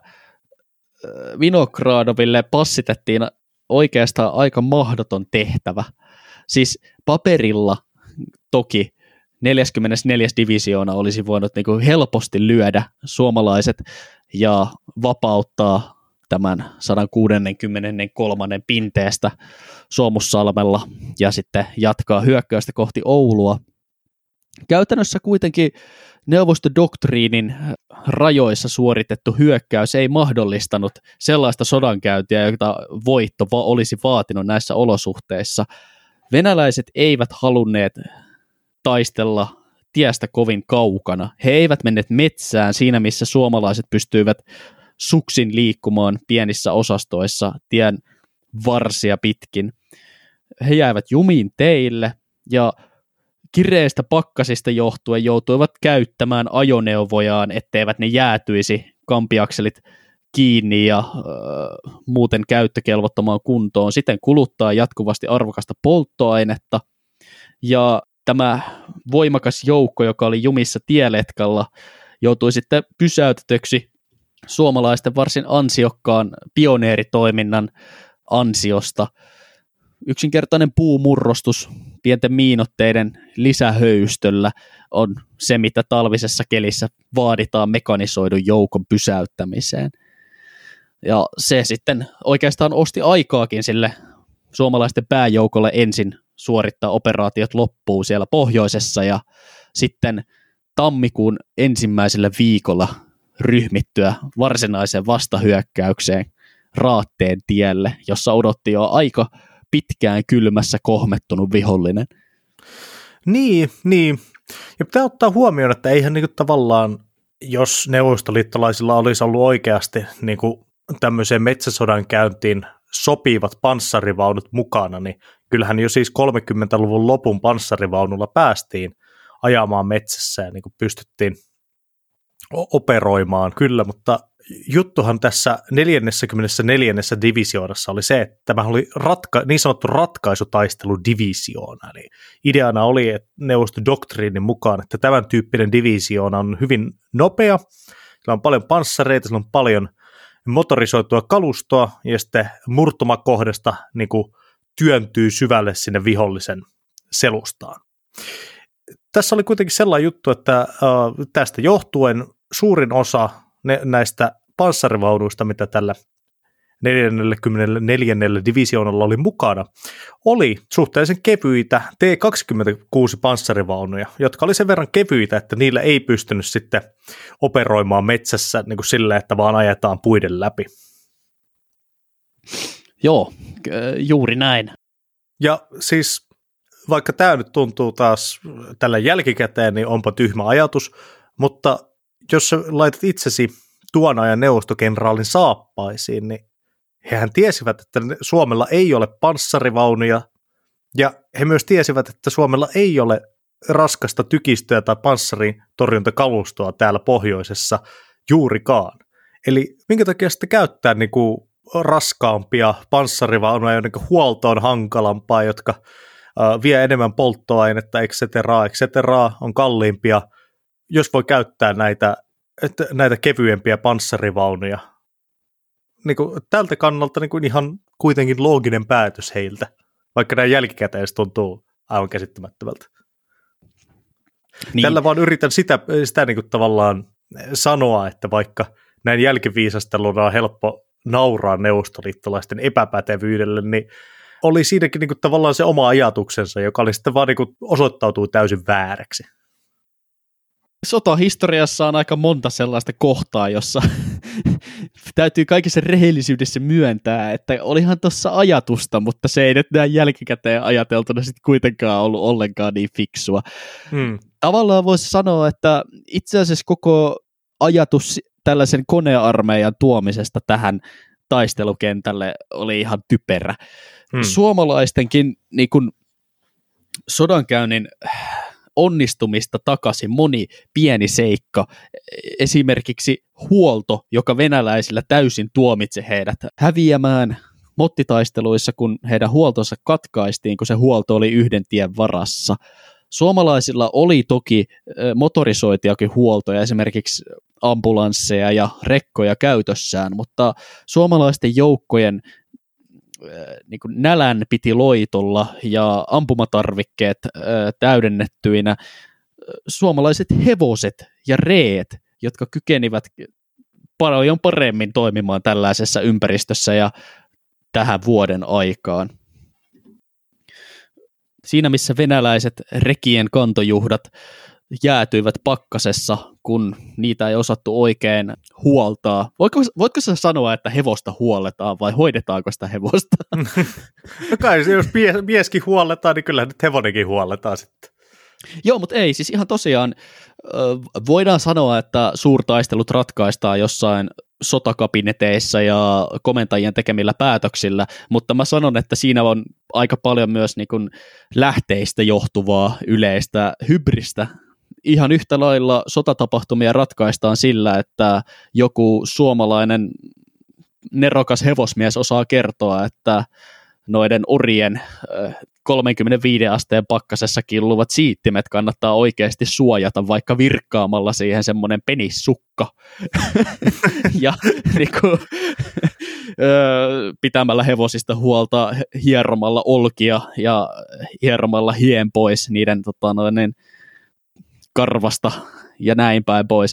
Vinogradoville passitettiin oikeastaan aika mahdoton tehtävä. Siis paperilla toki neljäskymmenesneljäs divisioona olisi voinut niin kuin helposti lyödä suomalaiset ja vapauttaa tämän sata kuusikymmentäkolme pinteestä Suomussalmella ja sitten jatkaa hyökkäystä kohti Oulua. Käytännössä kuitenkin neuvostodoktriinin rajoissa suoritettu hyökkäys ei mahdollistanut sellaista sodankäyntiä, jota voitto olisi vaatinut näissä olosuhteissa. Venäläiset eivät halunneet taistella tiestä kovin kaukana. He eivät menneet metsään siinä, missä suomalaiset pystyivät suksin liikkumaan pienissä osastoissa tien varsia pitkin. He jäivät jumiin teille ja kireistä pakkasista johtuen joutuivat käyttämään ajoneuvojaan, etteivät ne jäätyisi kampiakselit kiinni ja äh, muuten käyttökelvottomaan kuntoon. Siten kuluttaa jatkuvasti arvokasta polttoainetta ja tämä voimakas joukko, joka oli jumissa tieletkalla, joutui sitten pysäytetyksi suomalaisten varsin ansiokkaan pioneeritoiminnan ansiosta. Yksinkertainen puumurrostus pienten miinotteiden lisähöystöllä on se, mitä talvisessa kelissä vaaditaan mekanisoidun joukon pysäyttämiseen. Ja se sitten oikeastaan osti aikaakin sille suomalaisten pääjoukolle ensin suorittaa operaatiot loppuun siellä pohjoisessa ja sitten tammikuun ensimmäisellä viikolla ryhmittyä varsinaiseen vastahyökkäykseen Raatteen tielle, jossa odotti jo aika pitkään kylmässä kohmettunut vihollinen. Niin, niin. Ja pitää ottaa huomioon, että eihän niinku tavallaan, jos neuvostoliittolaisilla olisi ollut oikeasti niinku tämmöiseen metsäsodan käyntiin sopivat panssarivaunut mukana, niin kyllähän jo siis kolmekymmentäluvun lopun panssarivaunulla päästiin ajamaan metsässä ja niinku pystyttiin operoimaan, kyllä, mutta juttuhan tässä neljäskymmenesneljäs divisioonassa oli se, että tämä oli ratka- niin sanottu ratkaisutaisteludivisioona, eli ideana oli, että neuvostodoktriinin mukaan, että tämän tyyppinen divisioona on hyvin nopea, sillä on paljon panssareita, sillä on paljon motorisoitua kalustoa, ja sitten murtumakohdasta niin kuin työntyy syvälle sinne vihollisen selustaan. Tässä oli kuitenkin sellainen juttu, että tästä johtuen suurin osa näistä panssarivaunuista, mitä tällä neljäskymmenesneljäs divisioonalla oli mukana, oli suhteellisen kevyitä T kaksikymmentäkuusi panssarivaunuja, jotka oli sen verran kevyitä, että niillä ei pystynyt sitten operoimaan metsässä niin kuin sillä, että vaan ajetaan puiden läpi. Joo, juuri näin. Ja siis vaikka tämä nyt tuntuu taas tällä jälkikäteen, niin onpa tyhmä ajatus, mutta jos sä laitat itsesi tuon ajan neuvostokenraalin saappaisiin, niin hehän tiesivät, että Suomella ei ole panssarivaunuja, ja he myös tiesivät, että Suomella ei ole raskasta tykistöä tai panssarin torjuntakalustoa täällä pohjoisessa juurikaan. Eli minkä takia sitten käyttää niin kuin raskaampia panssarivaunuja, joiden huolto on hankalampaa, jotka uh, vie enemmän polttoainetta, et cetera, et cetera, on kalliimpia, jos voi käyttää näitä, että, näitä kevyempiä panssarivaunuja. Niin kuin, tältä kannalta niin kuin ihan kuitenkin looginen päätös heiltä, vaikka nämä jälkikäteen tuntuu aivan käsittämättömältä. Niin. Tällä vaan yritän sitä, sitä niin kuin tavallaan sanoa, että vaikka näin jälkiviisasteluna on helppo nauraa neuvostoliittolaisten epäpätevyydelle, niin oli siinäkin niin kuin tavallaan se oma ajatuksensa, joka oli sitten vaan niin kuin osoittautuu täysin vääräksi. Sotahistoriassa on aika monta sellaista kohtaa, jossa täytyy kaikessa rehellisyydessä myöntää, että olihan tuossa ajatusta, mutta se ei nyt näin jälkikäteen ajateltuna sitten kuitenkaan ollut ollenkaan niin fiksua. Hmm. Tavallaan voisi sanoa, että itse asiassa koko ajatus tällaisen konearmeijan tuomisesta tähän taistelukentälle oli ihan typerä. Hmm. Suomalaistenkin niin kun, sodankäynnin onnistumista takaisin moni pieni seikka, esimerkiksi huolto, joka venäläisillä täysin tuomitsi heidät häviämään mottitaisteluissa, kun heidän huoltonsa katkaistiin, kun se huolto oli yhden tien varassa. Suomalaisilla oli toki motorisoitiakin huoltoja, esimerkiksi ambulansseja ja rekkoja käytössään, mutta suomalaisten joukkojen niin kuin nälän piti loitolla ja ampumatarvikkeet äh, täydennettyinä suomalaiset hevoset ja reet, jotka kykenivät paljon paremmin toimimaan tällaisessa ympäristössä ja tähän vuoden aikaan. Siinä missä venäläiset rekien kantojuhdat jäätyivät pakkasessa, kun niitä ei osattu oikein huoltaa. Voitko, voitko sä sanoa, että hevosta huolletaan vai hoidetaanko sitä hevosta? No kai, jos mieskin huolletaan, niin kyllähän nyt hevonenkin huolletaan sitten. Joo, mutta ei, siis ihan tosiaan voidaan sanoa, että suurtaistelut ratkaistaan jossain sotakabineteissa ja komentajien tekemillä päätöksillä, mutta mä sanon, että siinä on aika paljon myös niin kuin lähteistä johtuvaa yleistä hybristä. Ihan yhtä lailla sotatapahtumia ratkaistaan sillä, että joku suomalainen nerokas hevosmies osaa kertoa, että noiden orien kolmekymmentäviisi asteen pakkasessa killuvat siittimet kannattaa oikeasti suojata vaikka virkkaamalla siihen semmoinen penissukka ja niin kuin, pitämällä hevosista huolta, hieromalla olkia ja hieromalla hien pois niiden tota, noin, karvasta ja näin päin pois.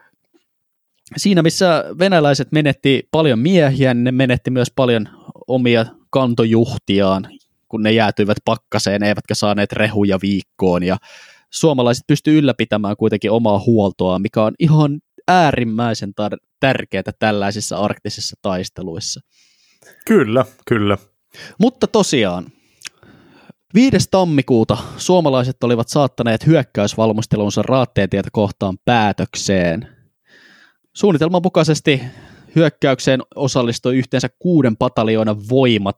Siinä missä venäläiset menetti paljon miehiä, ne menetti myös paljon omia kantojuhtiaan, kun ne jäätyivät pakkaseen, eivätkä saaneet rehuja viikkoon, ja suomalaiset pystyivät ylläpitämään kuitenkin omaa huoltoa, mikä on ihan äärimmäisen tar- tärkeää tällaisissa arktisissa taisteluissa. Kyllä, kyllä. Mutta tosiaan, viides tammikuuta suomalaiset olivat saattaneet hyökkäysvalmistelunsa Raateentietä kohtaan päätökseen. Suunnitelman mukaisesti hyökkäykseen osallistui yhteensä kuuden pataljoonan voimat,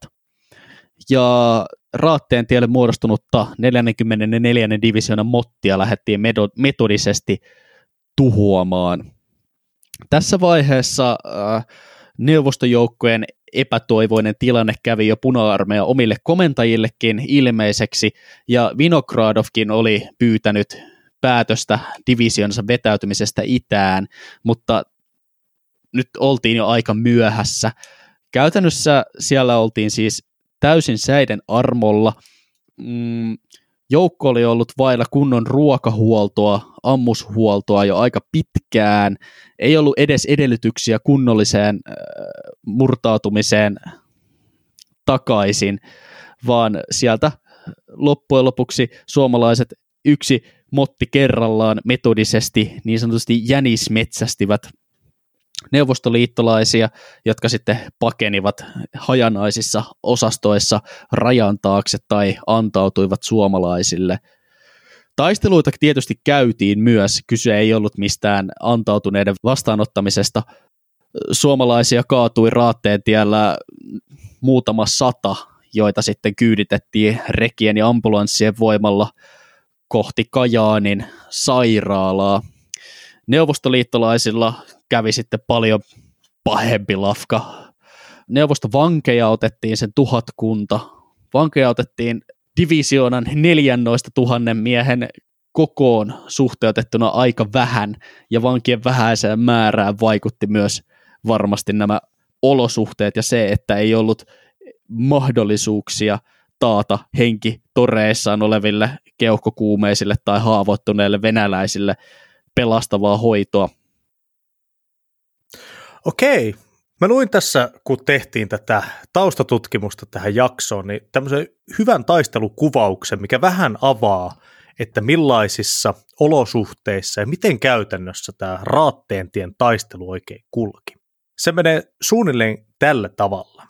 ja Raateentielle muodostunutta neljäskymmenesneljäs divisioonan mottia lähdettiin metodisesti tuhoamaan. Tässä vaiheessa äh, neuvostojoukkojen epätoivoinen tilanne kävi jo Puna-armeijan omille komentajillekin ilmeiseksi, ja Vinogradovkin oli pyytänyt päätöstä divisioonan vetäytymisestä itään, mutta nyt oltiin jo aika myöhässä. Käytännössä siellä oltiin siis täysin säiden armolla, mm, Joukko oli ollut vailla kunnon ruokahuoltoa, ammushuoltoa jo aika pitkään. Ei ollut edes edellytyksiä kunnolliseen äh, murtautumiseen takaisin, vaan sieltä loppujen lopuksi suomalaiset yksi motti kerrallaan metodisesti niin sanotusti jänismetsästivät neuvostoliittolaisia, jotka sitten pakenivat hajanaisissa osastoissa rajan taakse tai antautuivat suomalaisille. Taisteluita tietysti käytiin myös, kyse ei ollut mistään antautuneiden vastaanottamisesta. Suomalaisia kaatui Raatteen tiellä muutama sata, joita sitten kyyditettiin rekien ja ambulanssien voimalla kohti Kajaanin sairaalaa. Neuvostoliittolaisilla kävi sitten paljon pahempi lafka. Neuvostovankeja otettiin sen tuhatkunta. Vankeja otettiin divisioonan neljäntoista tuhannen miehen kokoon suhteutettuna aika vähän, ja vankien vähäiseen määrään vaikutti myös varmasti nämä olosuhteet ja se, että ei ollut mahdollisuuksia taata henki toreissaan oleville keuhkokuumeisille tai haavoittuneille venäläisille pelastavaa hoitoa. Okei. Mä luin tässä, kun tehtiin tätä taustatutkimusta tähän jaksoon, niin tämmöisen hyvän taistelukuvauksen, mikä vähän avaa, että millaisissa olosuhteissa ja miten käytännössä tämä Raatteentien taistelu oikein kulki. Se menee suunnilleen tällä tavalla.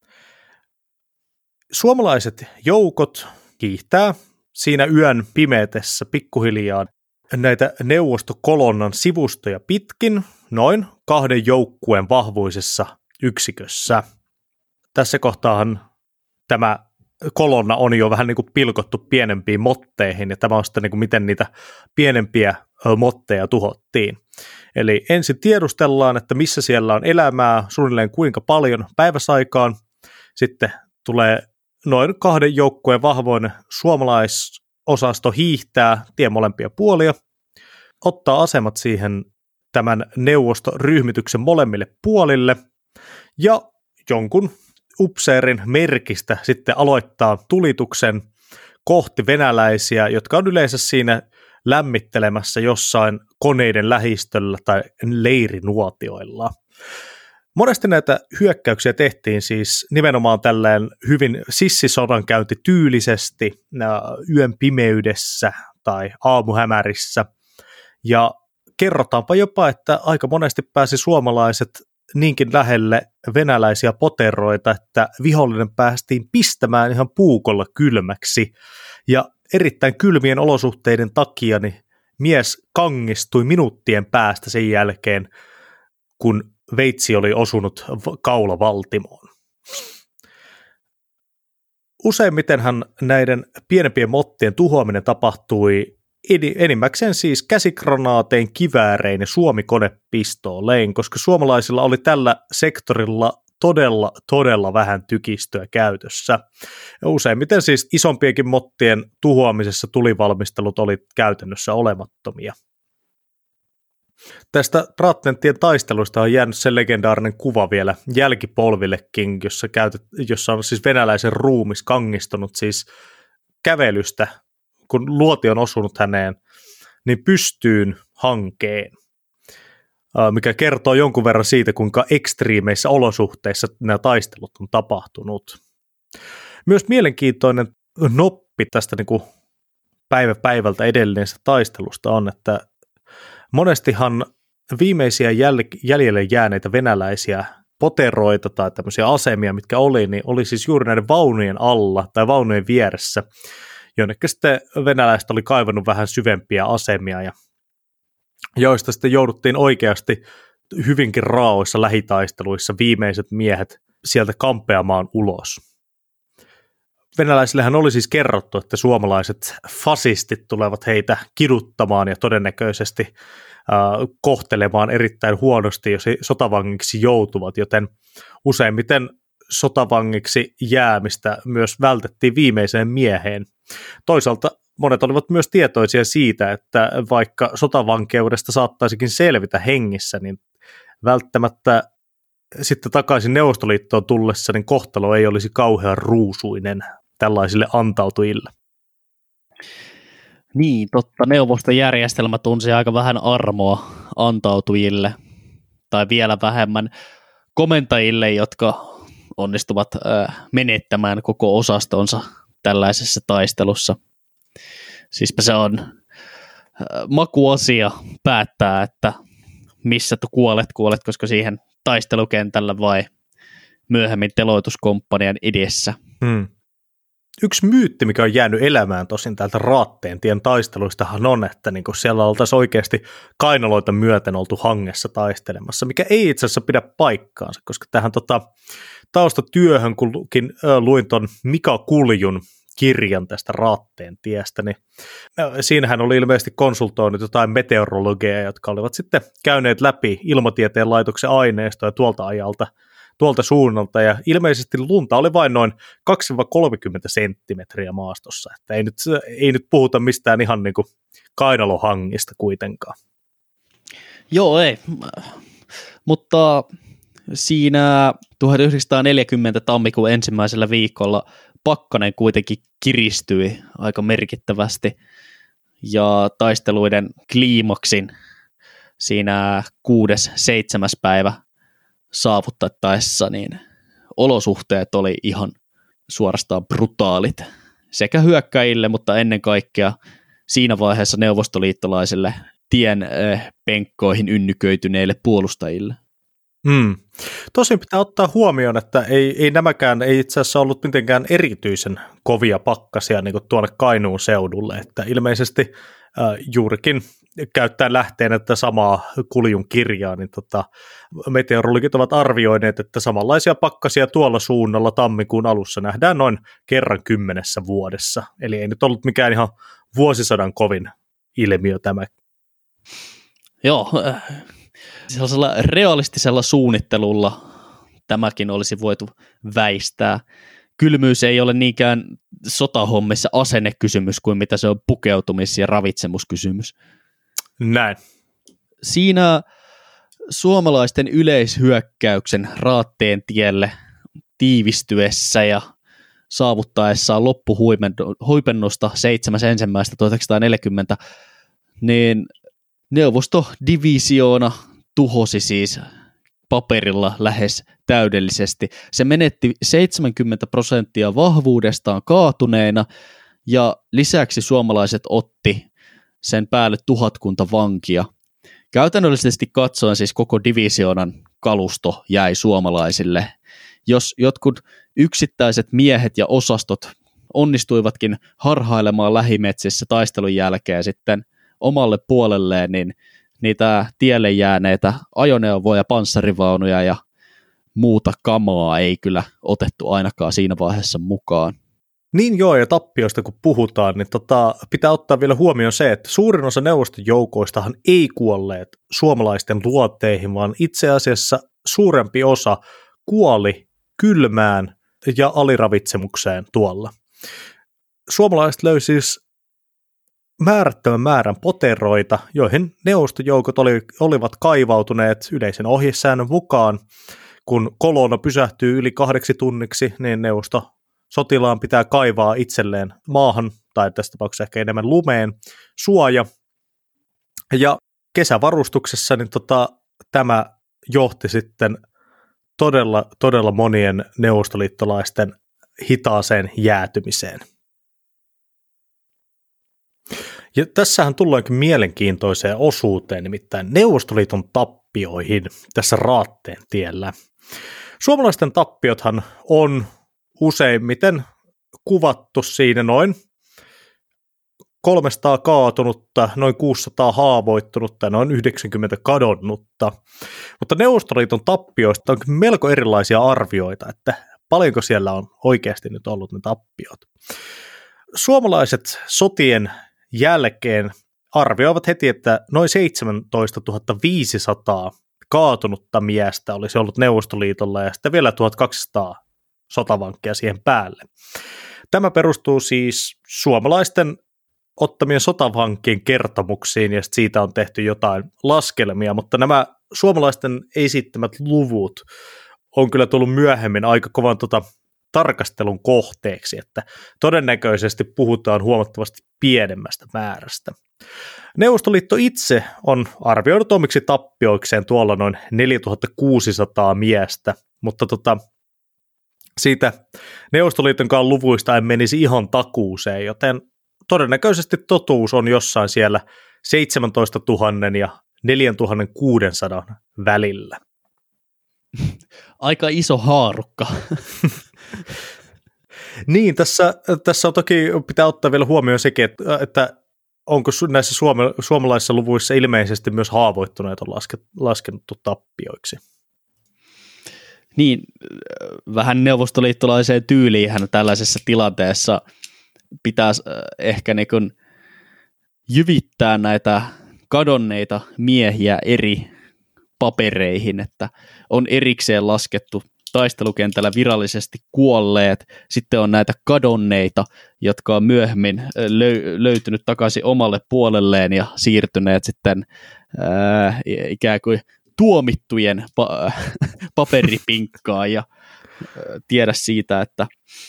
Suomalaiset joukot kiihtää siinä yön pimeetessä pikkuhiljaa näitä neuvostokolonnan sivustoja pitkin noin kahden joukkueen vahvuisessa yksikössä. Tässä kohtaahan tämä kolonna on jo vähän niin kuin pilkottu pienempiin motteihin, ja tämä on sitten niin kuin miten niitä pienempiä motteja tuhottiin. Eli ensin tiedustellaan, että missä siellä on elämää, suunnilleen kuinka paljon päiväsaikaan. Sitten tulee noin kahden joukkueen vahvoinen suomalaisosasto hiihtää tien molempia puolia, ottaa asemat siihen tämän neuvostoryhmityksen molemmille puolille ja jonkun upseerin merkistä sitten aloittaa tulituksen kohti venäläisiä, jotka on yleensä siinä lämmittelemässä jossain koneiden lähistöllä tai leirinuotioilla. Monesti näitä hyökkäyksiä tehtiin siis nimenomaan tälleen hyvin sissisodankäynti tyylisesti yön pimeydessä tai aamuhämärissä. Ja kerrotaanpa jopa, että aika monesti pääsi suomalaiset niinkin lähelle venäläisiä poteroita, että vihollinen päästiin pistämään ihan puukolla kylmäksi. Ja erittäin kylmien olosuhteiden takia niin mies kangistui minuuttien päästä sen jälkeen, kun veitsi oli osunut kaulavaltimoon. Useimmitenhan näiden pienempien mottien tuhoaminen tapahtui enimmäkseen siis käsikranaatein, kiväärein ja suomikonepistoolein, koska suomalaisilla oli tällä sektorilla todella, todella vähän tykistöä käytössä. Ja useimmiten siis isompienkin mottien tuhoamisessa tulivalmistelut oli käytännössä olemattomia. Tästä Raatteentien taistelusta on jäänyt se legendaarinen kuva vielä jälkipolvillekin, jossa, käytet, jossa on siis venäläisen ruumis kangistunut siis kävelystä, kun luoti on osunut häneen, niin pystyyn hankeen, mikä kertoo jonkun verran siitä, kuinka ekstriimeissä olosuhteissa nämä taistelut on tapahtunut. Myös mielenkiintoinen noppi tästä niin kuin päivä päivältä edellisestä taistelusta on, että monestihan viimeisiä jäl- jäljelle jääneitä venäläisiä poteroita tai tämmöisiä asemia, mitkä oli, niin oli siis juuri näiden vaunujen alla tai vaunujen vieressä, jonnekin sitten venäläiset oli kaivannut vähän syvempiä asemia, ja joista sitten jouduttiin oikeasti hyvinkin raaoissa lähitaisteluissa viimeiset miehet sieltä kampeamaan ulos. Venäläisillähän oli siis kerrottu, että suomalaiset fasistit tulevat heitä kiduttamaan ja todennäköisesti äh, kohtelemaan erittäin huonosti, jos he sotavangiksi joutuvat, joten useimmiten sotavangiksi jäämistä myös vältettiin viimeiseen mieheen. Toisaalta monet olivat myös tietoisia siitä, että vaikka sotavankeudesta saattaisikin selvitä hengissä, niin välttämättä sitten takaisin Neuvostoliittoon tullessa, niin kohtalo ei olisi kauhean ruusuinen tällaisille antautujille. Niin, totta. Neuvostojärjestelmä tunsi aika vähän armoa antautujille, tai vielä vähemmän komentajille, jotka onnistuvat äh, menettämään koko osastonsa tällaisessa taistelussa. Siispä se on äh, makuasia päättää, että missä tu kuolet, kuolet, koska siihen taistelukentällä vai myöhemmin teloituskomppanian edessä. Hmm. Yksi myytti, mikä on jäänyt elämään tosin täältä Raatteentien taisteluistahan on, että niinku siellä oltaisiin oikeasti kainaloita myöten oltu hangessa taistelemassa, mikä ei itse asiassa pidä paikkaansa, koska tähän tota, taustatyöhön, kun lukin, äh, luin ton Mika Kuljun kirjan tästä Raatteentiestä, niin äh, siinähän oli ilmeisesti konsultoinut jotain meteorologeja, jotka olivat sitten käyneet läpi ilmatieteen laitoksen aineistoja tuolta ajalta, tuolta suunnalta, ja ilmeisesti lunta oli vain noin kaksi kolmekymmentä senttimetriä maastossa, että ei nyt, ei nyt puhuta mistään ihan niin kuin kainalohangista kuitenkaan. Joo, ei, mutta siinä tuhatyhdeksänsataaneljäkymmentä tammikuun ensimmäisellä viikolla pakkanen kuitenkin kiristyi aika merkittävästi, ja taisteluiden kliimaksin siinä kuudes seitsemäs päivä saavuttaessa, niin olosuhteet oli ihan suorastaan brutaalit sekä hyökkäjille, mutta ennen kaikkea siinä vaiheessa neuvostoliittolaisille tien äh, penkkoihin ynnyköityneille puolustajille. Hmm. Tosin pitää ottaa huomioon, että ei, ei nämäkään ei itse asiassa ollut mitenkään erityisen kovia pakkasia niin kuin tuonne Kainuun seudulle, että ilmeisesti äh, juurikin käyttäen lähteen, että samaa Kuljun kirjaa, niin tota, meteorologit ovat arvioineet, että samanlaisia pakkasia tuolla suunnalla tammikuun alussa nähdään noin kerran kymmenessä vuodessa. Eli ei nyt ollut mikään ihan vuosisadan kovin ilmiö tämä. Joo, sellaisella realistisella suunnittelulla tämäkin olisi voitu väistää. Kylmyys ei ole niinkään sotahommissa asennekysymys kuin mitä se on pukeutumis- ja ravitsemuskysymys. Näin. Siinä suomalaisten yleishyökkäyksen Raatteentielle tiivistyessä ja saavuttaessaan loppuhuipennusta seitsemäs ensimmäistä tuhatyhdeksänsataaneljäkymmentä, niin neuvostodivisioona tuhosi siis paperilla lähes täydellisesti. Se menetti seitsemänkymmentä prosenttia vahvuudestaan kaatuneena, ja lisäksi suomalaiset otti sen päälle tuhatkunta vankia. Käytännöllisesti katsoen siis koko divisioonan kalusto jäi suomalaisille. Jos jotkut yksittäiset miehet ja osastot onnistuivatkin harhailemaan lähimetsissä taistelun jälkeen sitten omalle puolelleen, niin niitä tielle jääneitä ajoneuvoja, panssarivaunuja ja muuta kamaa ei kyllä otettu ainakaan siinä vaiheessa mukaan. Niin joo, ja tappioista kun puhutaan, niin tota, pitää ottaa vielä huomioon se, että suurin osa neuvostojoukoistahan ei kuolleet suomalaisten luoteihin, vaan itse asiassa suurempi osa kuoli kylmään ja aliravitsemukseen tuolla. Suomalaiset löysi siis määrättömän määrän poteroita, joihin neuvostojoukot oli, olivat kaivautuneet yleisen ohjesäännön mukaan. Kun kolonna pysähtyy yli kahdeksi tunniksi, niin neuvosto sotilaan pitää kaivaa itselleen maahan, tai tässä tapauksessa ehkä enemmän lumeen, suoja. Ja kesävarustuksessa niin tota, tämä johti sitten todella, todella monien neuvostoliittolaisten hitaaseen jäätymiseen. Ja tässähän tullaankin mielenkiintoiseen osuuteen, nimittäin Neuvostoliiton tappioihin tässä Raatteentiellä. Suomalaisten tappiothan on useimmiten kuvattu siinä noin kolmesataa kaatunutta, noin kuusisataa haavoittunutta ja noin yhdeksänkymmentä kadonnutta. Mutta Neuvostoliiton tappioista on melko erilaisia arvioita, että paljonko siellä on oikeasti nyt ollut ne tappiot. Suomalaiset sotien jälkeen arvioivat heti, että noin seitsemäntoistatuhatta viisisataa kaatunutta miestä olisi ollut Neuvostoliitolla ja sitten vielä tuhatkaksisataa sotavankkia siihen päälle. Tämä perustuu siis suomalaisten ottamien sotavankien kertomuksiin ja siitä on tehty jotain laskelmia, mutta nämä suomalaisten esittämät luvut on kyllä tullut myöhemmin aika kovan tota tarkastelun kohteeksi, että todennäköisesti puhutaan huomattavasti pienemmästä määrästä. Neuvostoliitto itse on arvioinut omiksi tappioikseen tuolla noin neljätuhattakuusisataa miestä, mutta tota, siitä Neuvostoliitonkaan luvuista ei menisi ihan takuuseen, joten todennäköisesti totuus on jossain siellä seitsemäntoistatuhatta ja neljätuhattakuusisataa välillä. Aika iso haarukka. Niin, tässä, tässä on toki pitää ottaa vielä huomioon sekin, että, että onko näissä suome, suomalaisissa luvuissa ilmeisesti myös haavoittuneet on laske, laskennuttu tappioiksi. Niin, vähän neuvostoliittolaiseen tyyliinhän tällaisessa tilanteessa pitäisi ehkä niin kuin jyvittää näitä kadonneita miehiä eri papereihin, että on erikseen laskettu taistelukentällä virallisesti kuolleet, sitten on näitä kadonneita, jotka on myöhemmin löy- löytynyt takaisin omalle puolelleen ja siirtyneet sitten ää, ikään kuin tuomittujen pa- paperipinkkaan ja ää, tiedä siitä, että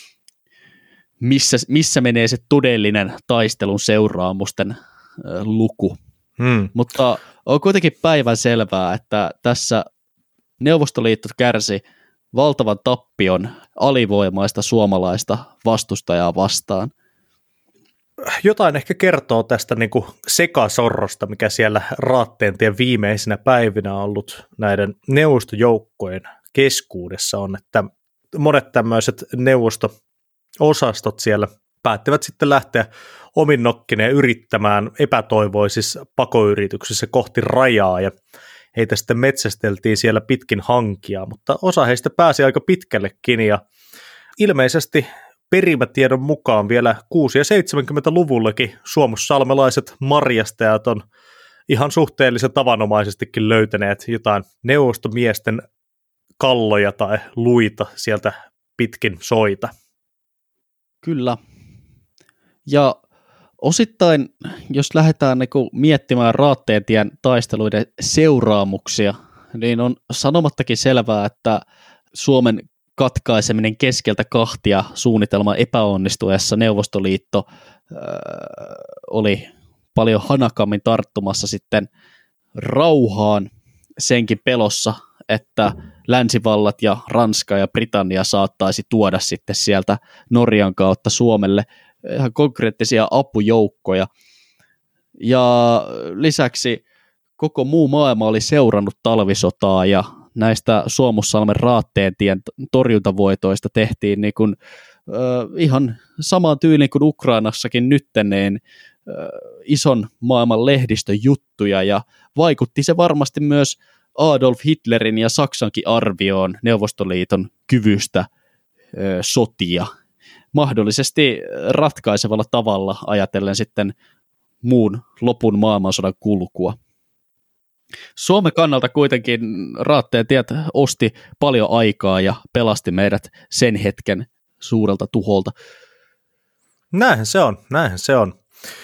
missä, missä menee se todellinen taistelun seuraamusten ää, luku. Hmm. Mutta on kuitenkin päivän selvää, että tässä Neuvostoliitto kärsi valtavan tappion alivoimaista suomalaista vastustajaa vastaan. Jotain ehkä kertoo tästä niin kuin sekasorrosta, mikä siellä Raatteentien viimeisinä päivinä on ollut näiden neuvostojoukkojen keskuudessa on, että monet tämmöiset neuvosto-osastot siellä päättivät sitten lähteä omin nokkineen yrittämään epätoivoisissa pakoyrityksissä kohti rajaa, ja heitä sitten metsästeltiin siellä pitkin hankia, mutta osa heistä pääsi aika pitkällekin, ja ilmeisesti perimätiedon mukaan vielä kuusi- ja seitsemänkymmentäluvullakin suomussalmelaiset marjastajat on ihan suhteellisen tavanomaisestikin löytäneet jotain neuvostomiesten kalloja tai luita sieltä pitkin soita. Kyllä. Ja osittain, jos lähdetään niinku miettimään Raatteentien taisteluiden seuraamuksia, niin on sanomattakin selvää, että Suomen katkaiseminen keskeltä kahtia suunnitelman epäonnistuessa Neuvostoliitto äh, oli paljon hanakammin tarttumassa sitten rauhaan senkin pelossa, että länsivallat ja Ranska ja Britannia saattaisi tuoda sitten sieltä Norjan kautta Suomelle ihan konkreettisia apujoukkoja. Ja lisäksi koko muu maailma oli seurannut talvisotaa ja näistä Suomussalmen Raatteentien torjuntavoitoista tehtiin niin kuin, äh, ihan samaan tyyliin kuin Ukrainassakin nyttäneen äh, ison maailman lehdistöjuttuja, ja vaikutti se varmasti myös Adolf Hitlerin ja Saksankin arvioon Neuvostoliiton kyvystä äh, sotia, mahdollisesti ratkaisevalla tavalla ajatellen sitten muun lopun maailmansodan kulkua. Suomen kannalta kuitenkin Raatteentiet osti paljon aikaa ja pelasti meidät sen hetken suurelta tuholta. Näinhän se on, näinhän se on.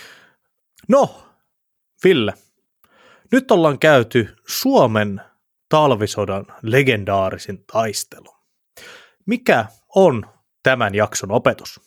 No, Ville, nyt ollaan käyty Suomen talvisodan legendaarisin taistelu. Mikä on tämän jakson opetus?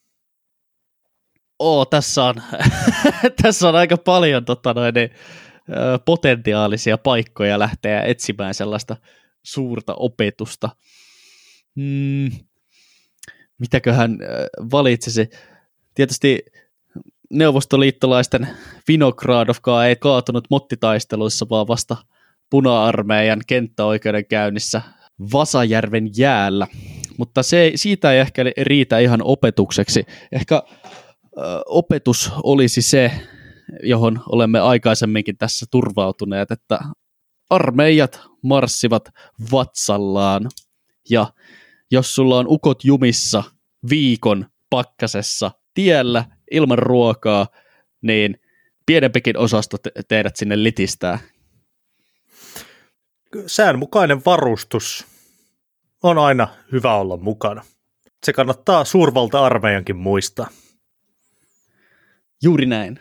Oo, tässä on, tässä on aika paljon tota noin, potentiaalisia paikkoja lähteä etsimään sellaista suurta opetusta. Hmm, mitäköhän valitsisi? Tietysti neuvostoliittolaisten Vinogradovkaan ei kaatunut mottitaisteluissa, vaan vasta Puna-armeijan kenttäoikeudenkäynnissä Vasajärven jäällä. Mutta se, siitä ei ehkä riitä ihan opetukseksi. Ehkä ö, opetus olisi se, johon olemme aikaisemminkin tässä turvautuneet, että armeijat marssivat vatsallaan, ja jos sulla on ukot jumissa viikon pakkasessa tiellä ilman ruokaa, niin pienempikin osasto te- teidät sinne litistää. Säänmukainen varustus on aina hyvä olla mukana. Se kannattaa suurvalta-armeijankin muistaa. Juuri näin.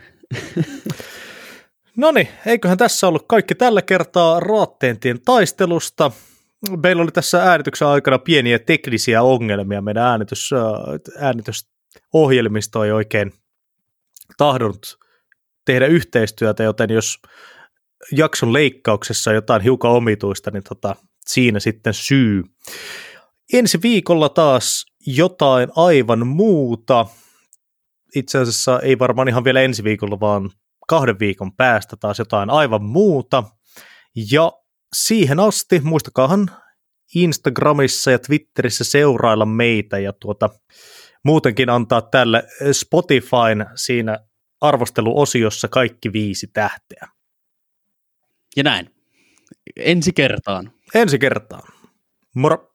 Noniin, eiköhän tässä ollut kaikki tällä kertaa Raatteentien taistelusta. meillä oli tässä äänityksen aikana pieniä teknisiä ongelmia. Meidän äänitys, äänitysohjelmisto ei oikein tahdonut tehdä yhteistyötä, joten jos jakson leikkauksessa on jotain hiukan omituista, niin tota, siinä sitten syy. Ensi viikolla taas jotain aivan muuta. Itse asiassa ei varmaan ihan vielä ensi viikolla, vaan kahden viikon päästä taas jotain aivan muuta. Ja siihen asti, muistakaahan Instagramissa ja Twitterissä seurailla meitä ja tuota, muutenkin antaa tälle Spotifyn siinä arvosteluosiossa kaikki viisi tähteä. Ja näin. Ensi kertaan. Ensi kertaan. Moro.